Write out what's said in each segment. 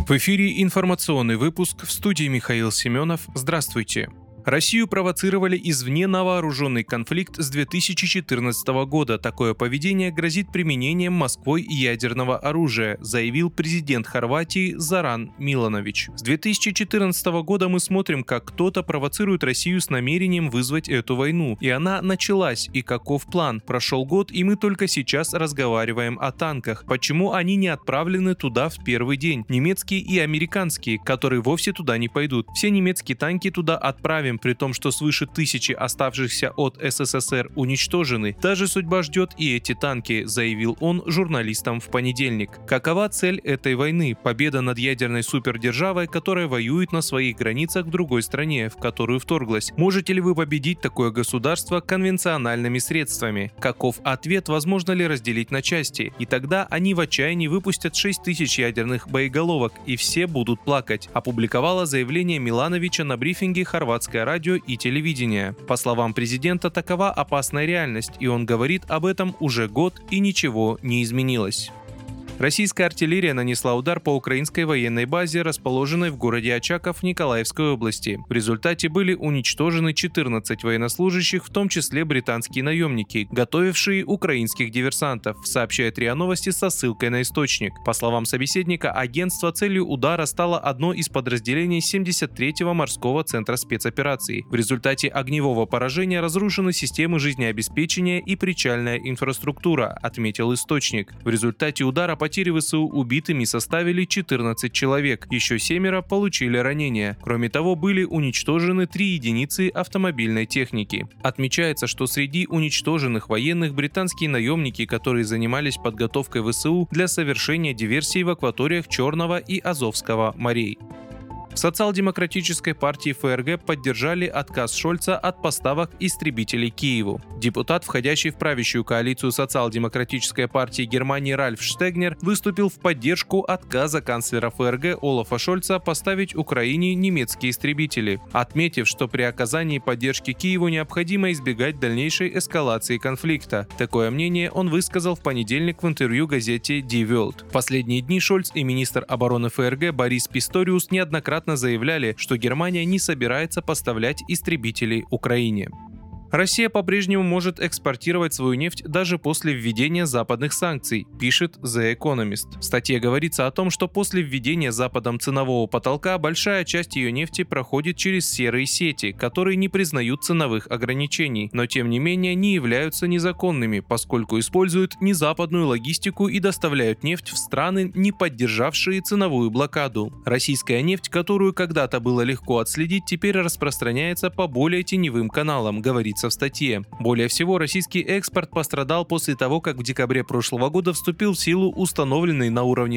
В эфире информационный выпуск, в студии Михаил Семенов. Здравствуйте. Россию провоцировали извне на вооруженный конфликт с 2014 года. Такое поведение грозит применением Москвой ядерного оружия, заявил президент Хорватии Зоран Миланович. С 2014 года мы смотрим, как кто-то провоцирует Россию с намерением вызвать эту войну. И она началась. И каков план? Прошел год, и мы только сейчас разговариваем о танках. Почему они не отправлены туда в первый день? Немецкие и американские, которые вовсе туда не пойдут. Все немецкие танки туда отправим, при том, что свыше 1000 оставшихся от СССР уничтожены. Та же судьба ждет и эти танки, заявил он журналистам в понедельник. Какова цель этой войны? Победа над ядерной супердержавой, которая воюет на своих границах в другой стране, в которую вторглась. Можете ли вы победить такое государство конвенциональными средствами? Каков ответ? Возможно ли разделить на части? И тогда они в отчаянии выпустят 6000 ядерных боеголовок, и все будут плакать, опубликовала заявление Милановича на брифинге хорватской радио и телевидения. По словам президента, такова опасная реальность, и он говорит об этом уже год, и ничего не изменилось. Российская артиллерия нанесла удар по украинской военной базе, расположенной в городе Очаков Николаевской области. В результате были уничтожены 14 военнослужащих, в том числе британские наемники, готовившие украинских диверсантов, сообщает РИА Новости со ссылкой на источник. По словам собеседника агентства, целью удара стало одно из подразделений 73-го морского центра спецопераций. В результате огневого поражения разрушены системы жизнеобеспечения и причальная инфраструктура, отметил источник. В результате удара потери ВСУ убитыми составили 14 человек, еще 7 получили ранения. Кроме того, были уничтожены 3 единицы автомобильной техники. Отмечается, что среди уничтоженных военных британские наемники, которые занимались подготовкой ВСУ для совершения диверсий в акваториях Черного и Азовского морей. В социал-демократической партии ФРГ поддержали отказ Шольца от поставок истребителей Киеву. Депутат, входящий в правящую коалицию социал-демократической партии Германии Ральф Штегнер, выступил в поддержку отказа канцлера ФРГ Олафа Шольца поставить Украине немецкие истребители, отметив, что при оказании поддержки Киеву необходимо избегать дальнейшей эскалации конфликта. Такое мнение он высказал в понедельник в интервью газете Die Welt. В последние дни Шольц и министр обороны ФРГ Борис Писториус неоднократно заявляли, что Германия не собирается поставлять истребителей Украине. Россия по-прежнему может экспортировать свою нефть даже после введения западных санкций, пишет The Economist. В статье говорится о том, что после введения Западом ценового потолка большая часть ее нефти проходит через серые сети, которые не признают ценовых ограничений, но тем не менее не являются незаконными, поскольку используют незападную логистику и доставляют нефть в страны, не поддержавшие ценовую блокаду. Российская нефть, которую когда-то было легко отследить, теперь распространяется по более теневым каналам, говорится в статье. Более всего, российский экспорт пострадал после того, как в декабре прошлого года вступил в силу установленный на уровне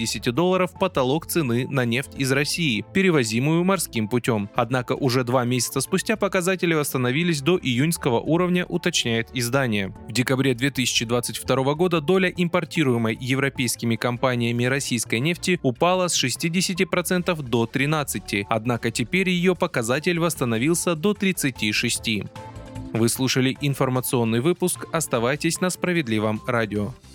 $60 потолок цены на нефть из России, перевозимую морским путем. Однако уже 2 месяца спустя показатели восстановились до июньского уровня, уточняет издание. В декабре 2022 года доля импортируемой европейскими компаниями российской нефти упала с 60% до 13%, однако теперь ее показатель восстановился до 36%. Вы слушали информационный выпуск. Оставайтесь на Справедливом радио.